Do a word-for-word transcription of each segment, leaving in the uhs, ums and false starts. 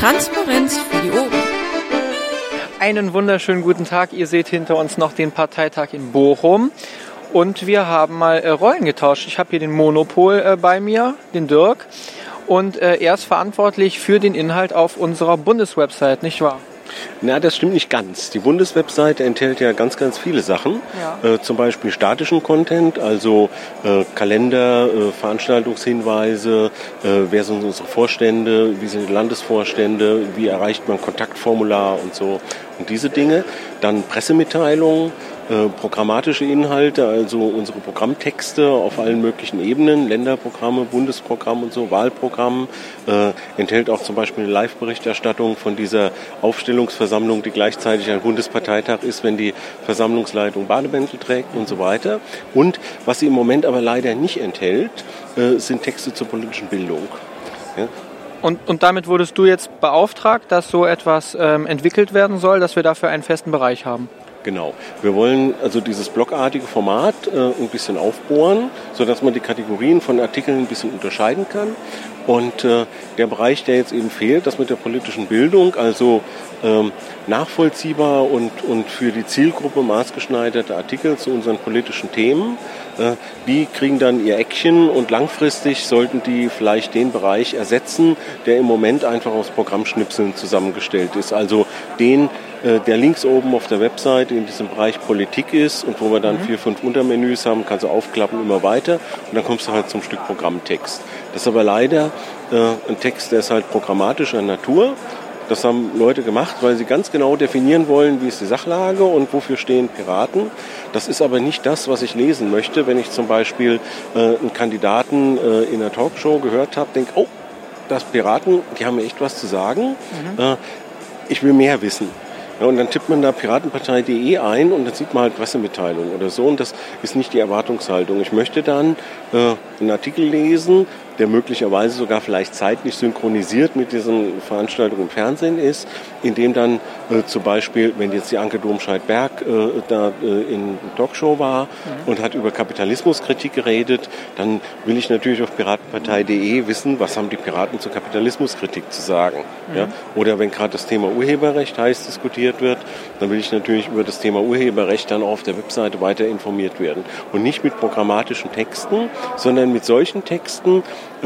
Transparenz für die Ohren. Einen wunderschönen guten Tag. Ihr seht hinter uns noch den Parteitag in Bochum. Und wir haben mal äh, Rollen getauscht. Ich habe hier den Monopol äh, bei mir, den Dirk. Und äh, er ist verantwortlich für den Inhalt auf unserer Bundeswebsite, nicht wahr? Na, das stimmt nicht ganz. Die Bundeswebseite enthält ja ganz, ganz viele Sachen. Ja. Äh, zum Beispiel statischen Content, also äh, Kalender, äh, Veranstaltungshinweise, äh, wer sind unsere Vorstände, wie sind die Landesvorstände, wie erreicht man Kontaktformular und so und diese Dinge. Dann Pressemitteilungen. Äh, programmatische Inhalte, also unsere Programmtexte auf allen möglichen Ebenen, Länderprogramme, Bundesprogramm und so, Wahlprogramm, äh, enthält auch zum Beispiel eine Live-Berichterstattung von dieser Aufstellungsversammlung, die gleichzeitig ein Bundesparteitag ist, wenn die Versammlungsleitung Bademäntel trägt und so weiter. Und was sie im Moment aber leider nicht enthält, äh, sind Texte zur politischen Bildung. Ja? Und, und damit wurdest du jetzt beauftragt, dass so etwas ähm, entwickelt werden soll, dass wir dafür einen festen Bereich haben? Genau. Wir wollen also dieses blogartige Format äh, ein bisschen aufbohren, sodass man die Kategorien von Artikeln ein bisschen unterscheiden kann. Und äh, der Bereich, der jetzt eben fehlt, das mit der politischen Bildung, also ähm, nachvollziehbar und, und für die Zielgruppe maßgeschneiderte Artikel zu unseren politischen Themen, äh, die kriegen dann ihr Eckchen und langfristig sollten die vielleicht den Bereich ersetzen, der im Moment einfach aus Programmschnipseln zusammengestellt ist. Also den, der links oben auf der Website in diesem Bereich Politik ist und wo wir dann mhm. vier, fünf Untermenüs haben, kannst du aufklappen, immer weiter und dann kommst du halt zum Stück Programmtext. Das ist aber leider äh, ein Text, der ist halt programmatischer Natur. Das haben Leute gemacht, weil sie ganz genau definieren wollen, wie ist die Sachlage und wofür stehen Piraten. Das ist aber nicht das, was ich lesen möchte, wenn ich zum Beispiel äh, einen Kandidaten äh, in einer Talkshow gehört habe, denke, oh, das Piraten, die haben mir echt was zu sagen. Mhm. Äh, ich will mehr wissen. Ja, und dann tippt man da piratenpartei punkt de ein und dann sieht man halt Pressemitteilungen oder so und das ist nicht die Erwartungshaltung. Ich möchte dann äh, einen Artikel lesen, der möglicherweise sogar vielleicht zeitlich synchronisiert mit diesen Veranstaltungen im Fernsehen ist, in dem dann äh, zum Beispiel, wenn jetzt die Anke Domscheit-Berg äh, da äh, in Talkshow war mhm. und hat über Kapitalismuskritik geredet, dann will ich natürlich auf piratenpartei punkt de wissen, was haben die Piraten zur Kapitalismuskritik zu sagen. Mhm. Ja? Oder wenn gerade das Thema Urheberrecht heiß diskutiert wird, dann will ich natürlich über das Thema Urheberrecht dann auf der Webseite weiter informiert werden. Und nicht mit programmatischen Texten, sondern mit solchen Texten,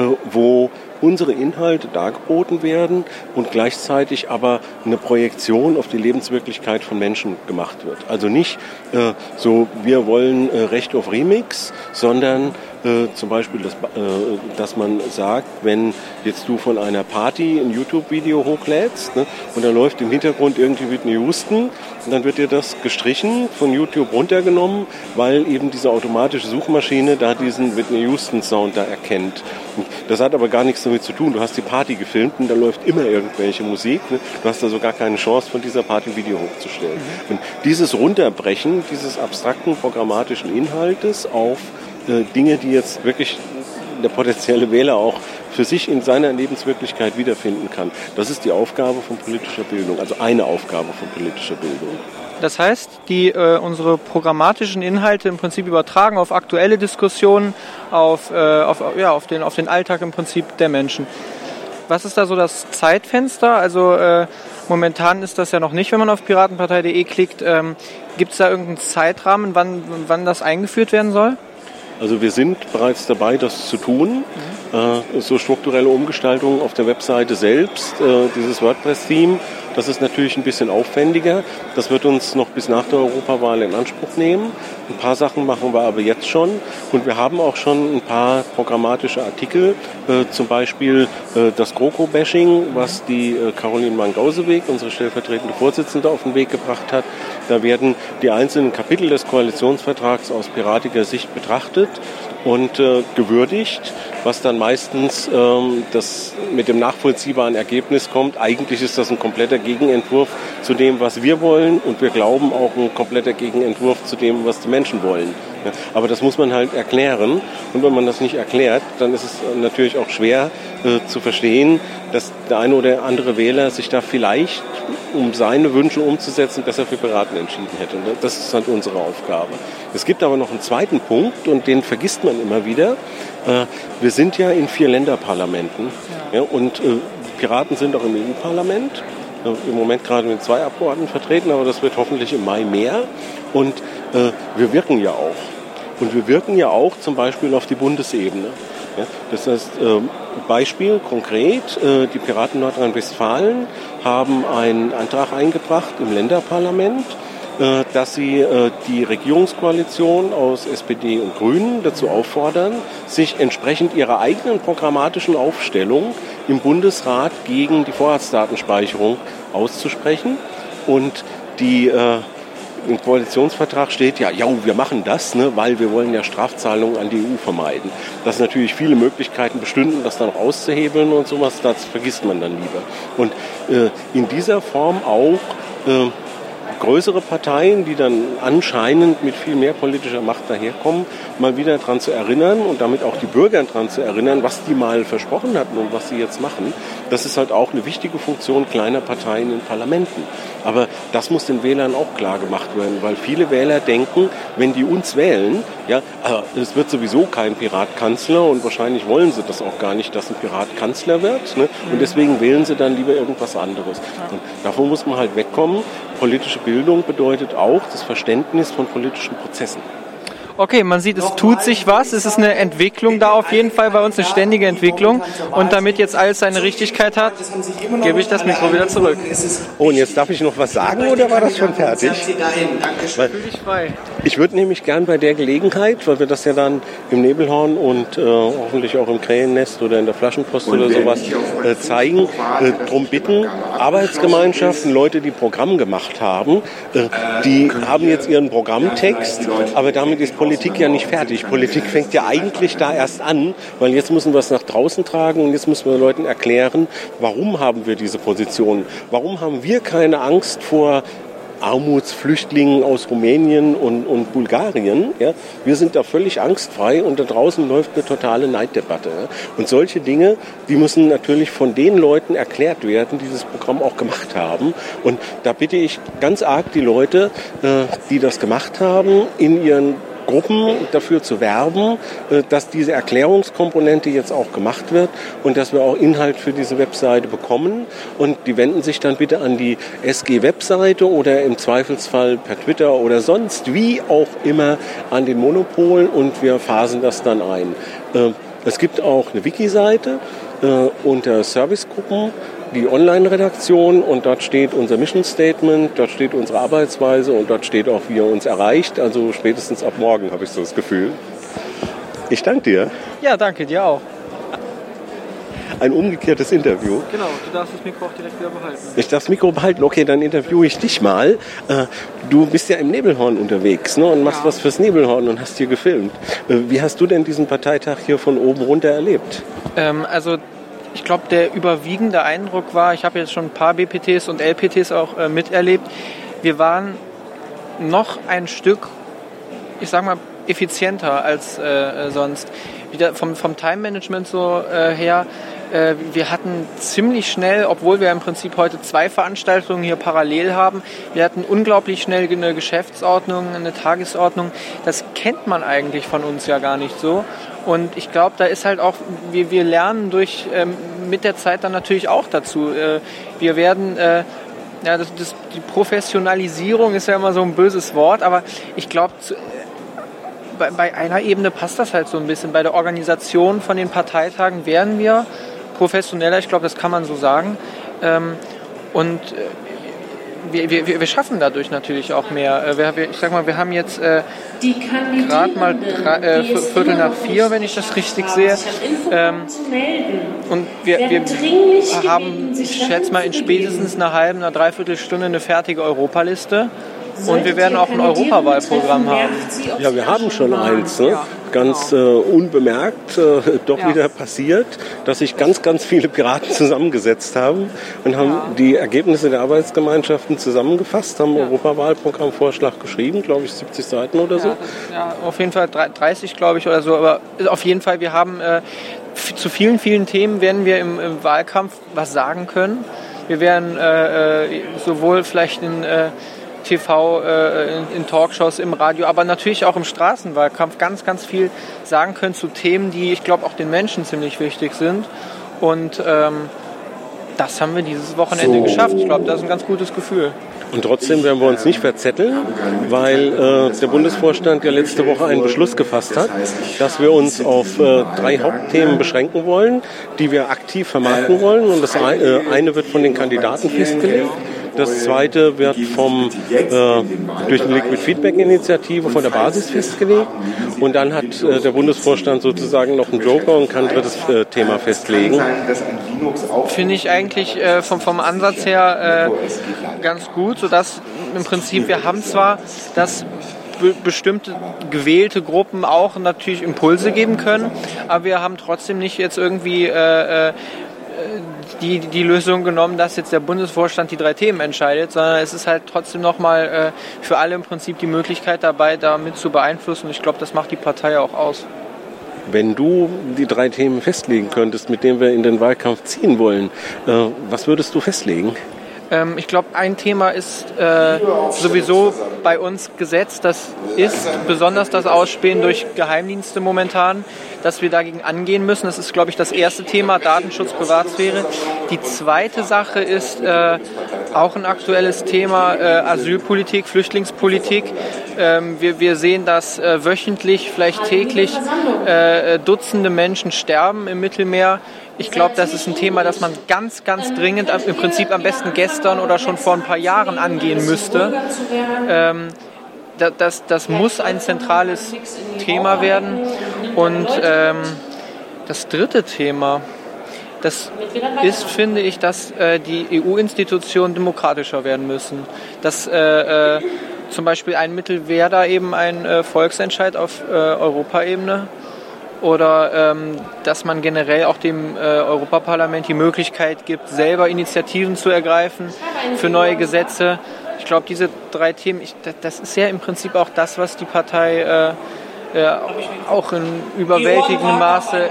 wo unsere Inhalte dargeboten werden und gleichzeitig aber eine Projektion auf die Lebenswirklichkeit von Menschen gemacht wird. Also nicht äh, so, wir wollen äh, Recht auf Remix, sondern äh, zum Beispiel, dass, äh, dass man sagt, wenn jetzt du von einer Party ein YouTube-Video hochlädst, ne, und da läuft im Hintergrund irgendwie Whitney Houston, und dann wird dir das gestrichen, von YouTube runtergenommen, weil eben diese automatische Suchmaschine da diesen Whitney Houston-Sound da erkennt. Und das hat aber gar nichts damit zu tun. Du hast die Party gefilmt und da läuft immer irgendwelche Musik. Ne? Du hast also gar keine Chance, von dieser Party ein Video hochzustellen. Mhm. Und dieses Runterbrechen dieses abstrakten programmatischen Inhaltes auf äh, Dinge, die jetzt wirklich der potenzielle Wähler auch für sich in seiner Lebenswirklichkeit wiederfinden kann. Das ist die Aufgabe von politischer Bildung, also eine Aufgabe von politischer Bildung. Das heißt, die äh, unsere programmatischen Inhalte im Prinzip übertragen auf aktuelle Diskussionen, auf, äh, auf, ja, auf, den, auf den Alltag im Prinzip der Menschen. Was ist da so das Zeitfenster? Also äh, momentan ist das ja noch nicht, wenn man auf piratenpartei punkt de klickt. Ähm, gibt es da irgendeinen Zeitrahmen, wann, wann das eingeführt werden soll? Also wir sind bereits dabei, das zu tun. Mhm. Äh, so strukturelle Umgestaltungen auf der Webseite selbst, äh, dieses WordPress-Theme, das ist natürlich ein bisschen aufwendiger. Das wird uns noch bis nach der Europawahl in Anspruch nehmen. Ein paar Sachen machen wir aber jetzt schon. Und wir haben auch schon ein paar programmatische Artikel, äh, zum Beispiel äh, das GroKo-Bashing, was die äh, Caroline Mann-Gauseweg, unsere stellvertretende Vorsitzende, auf den Weg gebracht hat. Da werden die einzelnen Kapitel des Koalitionsvertrags aus piratiger Sicht betrachtet und äh, gewürdigt, was dann meistens ähm, das mit dem nachvollziehbaren Ergebnis kommt. Eigentlich ist das ein kompletter Gegenentwurf zu dem, was wir wollen, und wir glauben auch ein kompletter Gegenentwurf zu dem, was die Menschen wollen. Ja, aber das muss man halt erklären, und wenn man das nicht erklärt, dann ist es natürlich auch schwer äh, zu verstehen, dass der eine oder andere Wähler sich da vielleicht, um seine Wünsche umzusetzen, besser für Piraten entschieden hätte. Und das ist halt unsere Aufgabe. Es gibt aber noch einen zweiten Punkt, und den vergisst man immer wieder. Äh, wir sind ja in vier Länderparlamenten. Ja. Ja, und äh, Piraten sind auch im E U-Parlament. Im Moment gerade mit zwei Abgeordneten vertreten, aber das wird hoffentlich im Mai mehr. Und äh, wir wirken ja auch. Und wir wirken ja auch zum Beispiel auf die Bundesebene. Ja, das heißt, äh, Beispiel konkret, äh, die Piraten Nordrhein-Westfalen haben einen Antrag eingebracht im Länderparlament, äh, dass sie äh, die Regierungskoalition aus S P D und Grünen dazu auffordern, sich entsprechend ihrer eigenen programmatischen Aufstellung im Bundesrat gegen die Vorratsdatenspeicherung auszusprechen. Und die äh, im Koalitionsvertrag steht ja, ja, wir machen das, ne, weil wir wollen ja Strafzahlungen an die E U vermeiden. Dass natürlich viele Möglichkeiten bestünden, das dann auch auszuhebeln und sowas, das vergisst man dann lieber. Und äh, in dieser Form auch äh, größere Parteien, die dann anscheinend mit viel mehr politischer Macht daherkommen, mal wieder daran zu erinnern und damit auch die Bürger daran zu erinnern, was die mal versprochen hatten und was sie jetzt machen. Das ist halt auch eine wichtige Funktion kleiner Parteien in Parlamenten. Aber das muss den Wählern auch klar gemacht werden, weil viele Wähler denken, wenn die uns wählen, ja, es wird sowieso kein Pirat Kanzler und wahrscheinlich wollen sie das auch gar nicht, dass ein Pirat Kanzler wird, ne? Und deswegen wählen sie dann lieber irgendwas anderes. Und davon muss man halt wegkommen. Politische Bildung bedeutet auch das Verständnis von politischen Prozessen. Okay, man sieht, es tut sich was. Es ist eine Entwicklung da auf jeden Fall bei uns, eine ständige Entwicklung. Und damit jetzt alles seine Richtigkeit hat, gebe ich das Mikro wieder zurück. Oh, und jetzt darf ich noch was sagen oder war das schon fertig? Weil ich würde nämlich gern bei der Gelegenheit, weil wir das ja dann im Nebelhorn und äh, hoffentlich auch im Krähennest oder in der Flaschenpost oder sowas äh, zeigen, äh, darum bitten, Arbeitsgemeinschaften, Leute, die Programm gemacht haben, äh, die haben jetzt ihren Programmtext, aber damit ist Politik ja nicht fertig. Politik fängt ja eigentlich da erst an, weil jetzt müssen wir es nach draußen tragen und jetzt müssen wir Leuten erklären, warum haben wir diese Position? Warum haben wir keine Angst vor Armutsflüchtlingen aus Rumänien und, und Bulgarien? Ja? Wir sind da völlig angstfrei und da draußen läuft eine totale Neiddebatte. Ja? Und solche Dinge, die müssen natürlich von den Leuten erklärt werden, die dieses Programm auch gemacht haben. Und da bitte ich ganz arg die Leute, äh, die das gemacht haben, in ihren Gruppen dafür zu werben, dass diese Erklärungskomponente jetzt auch gemacht wird und dass wir auch Inhalt für diese Webseite bekommen. Und die wenden sich dann bitte an die S G-Webseite oder im Zweifelsfall per Twitter oder sonst wie auch immer an den Monopol und wir phasen das dann ein. Es gibt auch eine Wiki-Seite unter Servicegruppen, die Online-Redaktion und dort steht unser Mission Statement, dort steht unsere Arbeitsweise und dort steht auch, wie er uns erreicht. Also spätestens ab morgen habe ich so das Gefühl. Ich danke dir. Ja, danke dir auch. Ein umgekehrtes Interview. Genau, du darfst das Mikro auch direkt wieder behalten. Ich darf das Mikro behalten? Okay, dann interviewe ich dich mal. Du bist ja im Nebelhorn unterwegs, ne, und machst ja was fürs Nebelhorn und hast hier gefilmt. Wie hast du denn diesen Parteitag hier von oben runter erlebt? Ähm, also ich glaube, der überwiegende Eindruck war, ich habe jetzt schon ein paar B P Ts und L P Ts auch äh, miterlebt, wir waren noch ein Stück, ich sag mal, effizienter als äh, sonst. Wieder vom, vom Time-Management so äh, her, äh, wir hatten ziemlich schnell, obwohl wir im Prinzip heute zwei Veranstaltungen hier parallel haben, wir hatten unglaublich schnell eine Geschäftsordnung, eine Tagesordnung. Das kennt man eigentlich von uns ja gar nicht so. Und ich glaube, da ist halt auch, wir, wir lernen durch ähm, mit der Zeit dann natürlich auch dazu. Äh, wir werden, äh, ja, das, das, die Professionalisierung ist ja immer so ein böses Wort, aber ich glaube, bei, bei einer Ebene passt das halt so ein bisschen. Bei der Organisation von den Parteitagen werden wir professioneller, ich glaube, das kann man so sagen. Ähm, und äh, Wir, wir, wir schaffen dadurch natürlich auch mehr. Wir, ich sag mal, wir haben jetzt äh, gerade mal drei, äh, Viertel nach vier, wenn ich das richtig sehe. Ähm, und wir, wir haben, ich schätze mal, in spätestens einer halben, einer Dreiviertelstunde eine fertige Europaliste. Und wir werden auch ein Europawahlprogramm haben. Ja, wir haben schon eins, ne? Ganz äh, unbemerkt äh, doch ja. wieder passiert, dass sich ganz, ganz viele Piraten zusammengesetzt haben und haben ja. die Ergebnisse der Arbeitsgemeinschaften zusammengefasst, haben ein ja. Europawahlprogrammvorschlag geschrieben, glaube ich siebzig Seiten oder so. Ja, das, ja, auf jeden Fall dreißig, glaube ich, oder so. Aber auf jeden Fall, wir haben äh, f- zu vielen, vielen Themen werden wir im, im Wahlkampf was sagen können. Wir werden äh, äh, sowohl vielleicht in äh, T V, äh, in, in Talkshows, im Radio, aber natürlich auch im Straßenwahlkampf ganz, ganz viel sagen können zu Themen, die, ich glaube, auch den Menschen ziemlich wichtig sind. Und ähm, das haben wir dieses Wochenende geschafft. Ich glaube, das ist ein ganz gutes Gefühl. Und trotzdem werden wir uns nicht verzetteln, weil äh, der Bundesvorstand ja letzte Woche einen Beschluss gefasst hat, dass wir uns auf äh, drei Hauptthemen beschränken wollen, die wir aktiv vermarkten wollen. Und das ein, äh, eine wird von den Kandidaten festgelegt. Das zweite wird vom, äh, durch die Liquid Feedback Initiative von der Basis festgelegt. Und dann hat äh, der Bundesvorstand sozusagen noch einen Joker und kann ein drittes äh, Thema festlegen. Finde ich eigentlich äh, vom, vom Ansatz her äh, ganz gut, sodass im Prinzip wir haben zwar das be- bestimmte gewählte Gruppen auch natürlich Impulse geben können, aber wir haben trotzdem nicht jetzt irgendwie äh, äh, Die, die Lösung genommen, dass jetzt der Bundesvorstand die drei Themen entscheidet, sondern es ist halt trotzdem nochmal äh, für alle im Prinzip die Möglichkeit dabei, damit zu beeinflussen. Und ich glaube, das macht die Partei auch aus. Wenn du die drei Themen festlegen könntest, mit denen wir in den Wahlkampf ziehen wollen, äh, was würdest du festlegen? Ähm, ich glaube, ein Thema ist äh, sowieso bei uns gesetzt. Das ist besonders das Ausspähen durch Geheimdienste momentan, dass wir dagegen angehen müssen. Das ist, glaube ich, das erste Thema, Datenschutz, Privatsphäre. Die zweite Sache ist äh, auch ein aktuelles Thema, äh, Asylpolitik, Flüchtlingspolitik. Ähm, wir, wir sehen, dass äh, wöchentlich, vielleicht täglich äh, Dutzende Menschen sterben im Mittelmeer. Ich glaube, das ist ein Thema, das man ganz, ganz dringend, im Prinzip am besten gestern oder schon vor ein paar Jahren angehen müsste. Ähm, das, das muss ein zentrales Thema werden. Und ähm, das dritte Thema, das ist, finde ich, dass äh, die E U-Institutionen demokratischer werden müssen. Dass äh, äh, zum Beispiel ein Mittel wäre da eben ein äh, Volksentscheid auf äh, Europaebene. Oder ähm, dass man generell auch dem äh, Europaparlament die Möglichkeit gibt, selber Initiativen zu ergreifen für neue Gesetze. Ich glaube, diese drei Themen, ich, das ist ja im Prinzip auch das, was die Partei äh, äh, auch in überwältigendem Maße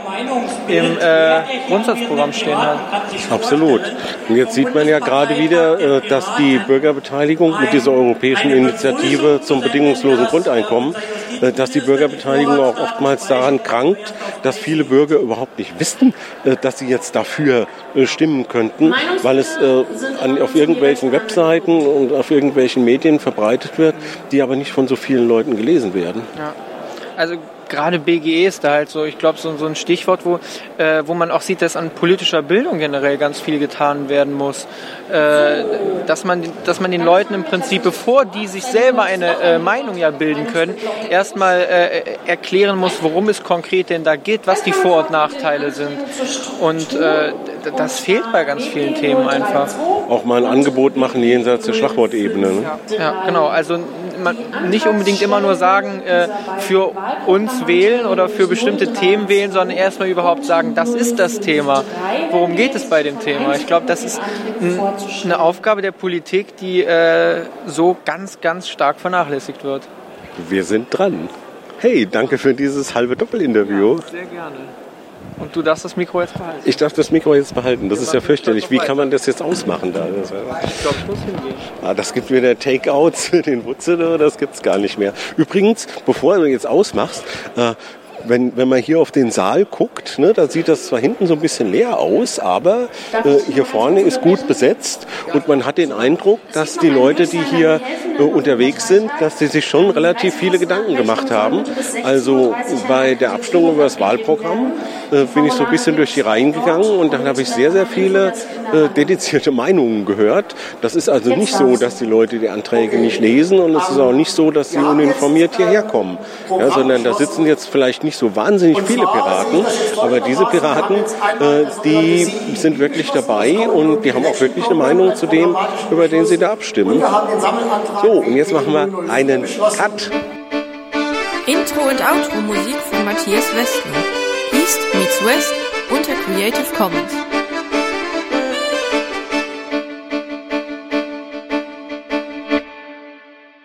im äh, Grundsatzprogramm stehen hat. Absolut. Und jetzt sieht man ja gerade wieder, äh, dass die Bürgerbeteiligung mit dieser europäischen Initiative zum bedingungslosen Grundeinkommen, äh, dass die Bürgerbeteiligung auch oftmals daran krankt, dass viele Bürger überhaupt nicht wissen, äh, dass sie jetzt dafür äh, stimmen könnten, weil es äh, an, auf irgendwelchen Webseiten und auf irgendwelchen Medien verbreitet wird, die aber nicht von so vielen Leuten gelesen werden. Ja. Also gerade B G E ist da halt so, ich glaube, so, so ein Stichwort, wo, äh, wo man auch sieht, dass an politischer Bildung generell ganz viel getan werden muss. Äh, dass man, dass man den Leuten im Prinzip, bevor die sich selber eine äh, Meinung ja bilden können, erstmal äh, erklären muss, worum es konkret denn da geht, was die Vor- und Nachteile sind. Und äh, das fehlt bei ganz vielen Themen einfach. Auch mal ein Angebot machen jenseits der Schlagwortebene. Ne? Ja, genau. Also man, nicht unbedingt immer nur sagen, äh, für uns wählen oder für bestimmte Themen wählen, sondern erstmal überhaupt sagen, das ist das Thema. Worum geht es bei dem Thema? Ich glaube, das ist ein, eine Aufgabe der Politik, die äh, so ganz, ganz stark vernachlässigt wird. Wir sind dran. Hey, danke für dieses halbe Doppelinterview. Ja, sehr gerne. Und du darfst das Mikro jetzt behalten. Ich darf das Mikro jetzt behalten. Das ist ja fürchterlich. Wie kann man das jetzt ausmachen da? Das ich glaube, ich muss hingehen. Ah, das gibt wieder Takeouts für den Wutze, das gibt's gar nicht mehr. Übrigens, bevor du jetzt ausmachst, äh, Wenn, wenn man hier auf den Saal guckt, ne, da sieht das zwar hinten so ein bisschen leer aus, aber äh, hier vorne ist gut besetzt und man hat den Eindruck, dass die Leute, die hier äh, unterwegs sind, dass die sich schon relativ viele Gedanken gemacht haben. Also bei der Abstimmung über das Wahlprogramm äh, bin ich so ein bisschen durch die Reihen gegangen und dann habe ich sehr, sehr viele äh, dedizierte Meinungen gehört. Das ist also nicht so, dass die Leute die Anträge nicht lesen und es ist auch nicht so, dass sie uninformiert hierher kommen, ja, sondern da sitzen jetzt vielleicht nicht so wahnsinnig viele Piraten, aber diese Piraten, äh, die sind wirklich dabei und die haben auch wirklich eine Meinung zu dem, über den sie da abstimmen. So, und jetzt machen wir einen Cut. Intro und Outro Musik von Matthias Westner. East meets West unter Creative Commons.